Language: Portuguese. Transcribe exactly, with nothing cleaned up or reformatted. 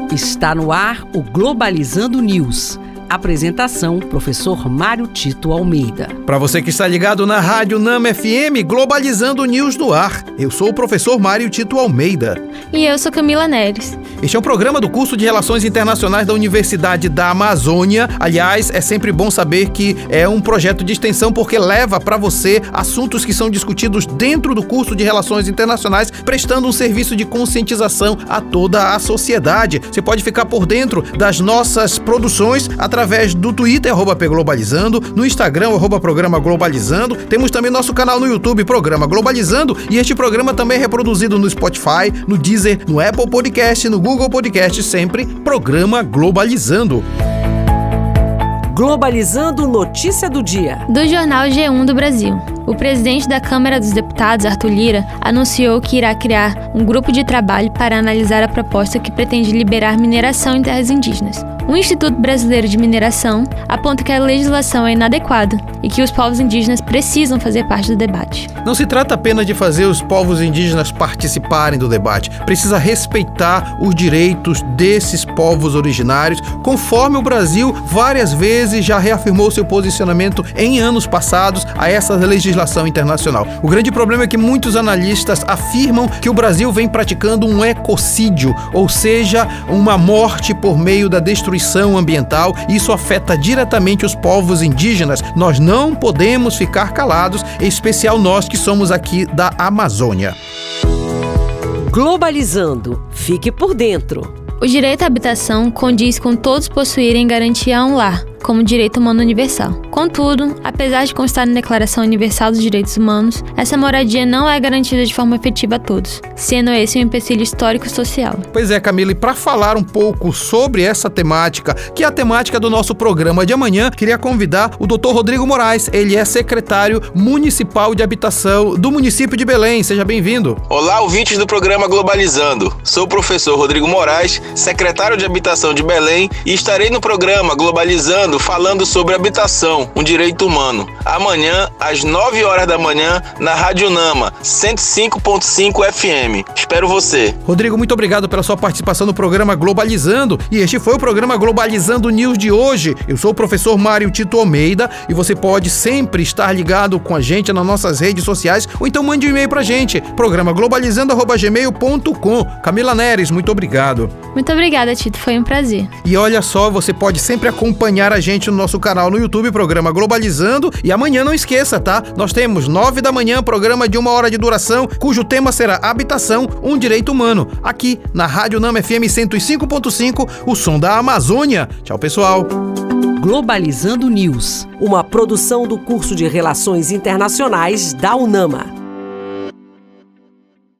Está no ar o Globalizando News. Apresentação, professor Mário Tito Almeida. Para você que está ligado na Rádio Nama F M, Globalizando News no ar. Eu sou o professor Mário Tito Almeida. E eu sou Camila Neres. Este é um programa do curso de Relações Internacionais da Universidade da Amazônia. Aliás, é sempre bom saber que é um projeto de extensão porque leva para você assuntos que são discutidos dentro do curso de Relações Internacionais, prestando um serviço de conscientização a toda a sociedade. Você pode ficar por dentro das nossas produções através através do Twitter, arroba Globalizando, no Instagram, arroba Programa Globalizando. Temos também nosso canal no YouTube, Programa Globalizando, e este programa também é reproduzido no Spotify, no Deezer, no Apple Podcast, no Google Podcast, sempre Programa Globalizando. Globalizando, notícia do dia. Do jornal G um do Brasil. O presidente da Câmara dos Deputados, Arthur Lira, anunciou que irá criar um grupo de trabalho para analisar a proposta que pretende liberar mineração em terras indígenas. O Instituto Brasileiro de Mineração aponta que a legislação é inadequada e que os povos indígenas precisam fazer parte do debate. Não se trata apenas de fazer os povos indígenas participarem do debate, precisa respeitar os direitos desses povos originários, conforme o Brasil várias vezes já reafirmou seu posicionamento em anos passados a essa legislação internacional. O grande problema é que muitos analistas afirmam que o Brasil vem praticando um ecocídio, ou seja, uma morte por meio da destruição ambiental. Isso afeta diretamente os povos indígenas. Nós não podemos ficar calados, em especial nós que somos aqui da Amazônia. Globalizando. Fique por dentro. O direito à habitação condiz com todos possuírem garantia a um lar, como direito humano universal. Contudo, apesar de constar na Declaração Universal dos Direitos Humanos, essa moradia não é garantida de forma efetiva a todos, sendo esse um empecilho histórico e social. Pois é, Camila, e para falar um pouco sobre essa temática, que é a temática do nosso programa de amanhã, queria convidar o doutor Rodrigo Moraes. Ele é secretário municipal de habitação do município de Belém. Seja bem-vindo. Olá, ouvintes do programa Globalizando. Sou o professor Rodrigo Moraes, secretário de habitação de Belém, e estarei no programa Globalizando falando sobre habitação, um direito humano. Amanhã, às nove horas da manhã, na Rádio Nama, cento e cinco ponto cinco F M. Espero você. Rodrigo, muito obrigado pela sua participação no programa Globalizando. E este foi o programa Globalizando News de hoje. Eu sou o professor Mário Tito Almeida e você pode sempre estar ligado com a gente nas nossas redes sociais ou então mande um e-mail pra gente, programa globalizando arroba gmail ponto com. Camila Neres, muito obrigado. Muito obrigada, Tito. Foi um prazer. E olha só, você pode sempre acompanhar a gente no nosso canal no YouTube, programa Globalizando. E amanhã não esqueça, tá? Nós temos nove da manhã, programa de uma hora de duração, cujo tema será Habitação, um direito humano, aqui na Rádio Nama F M cento e cinco ponto cinco, o som da Amazônia. Tchau, pessoal. Globalizando News, uma produção do curso de Relações Internacionais da UNAMA.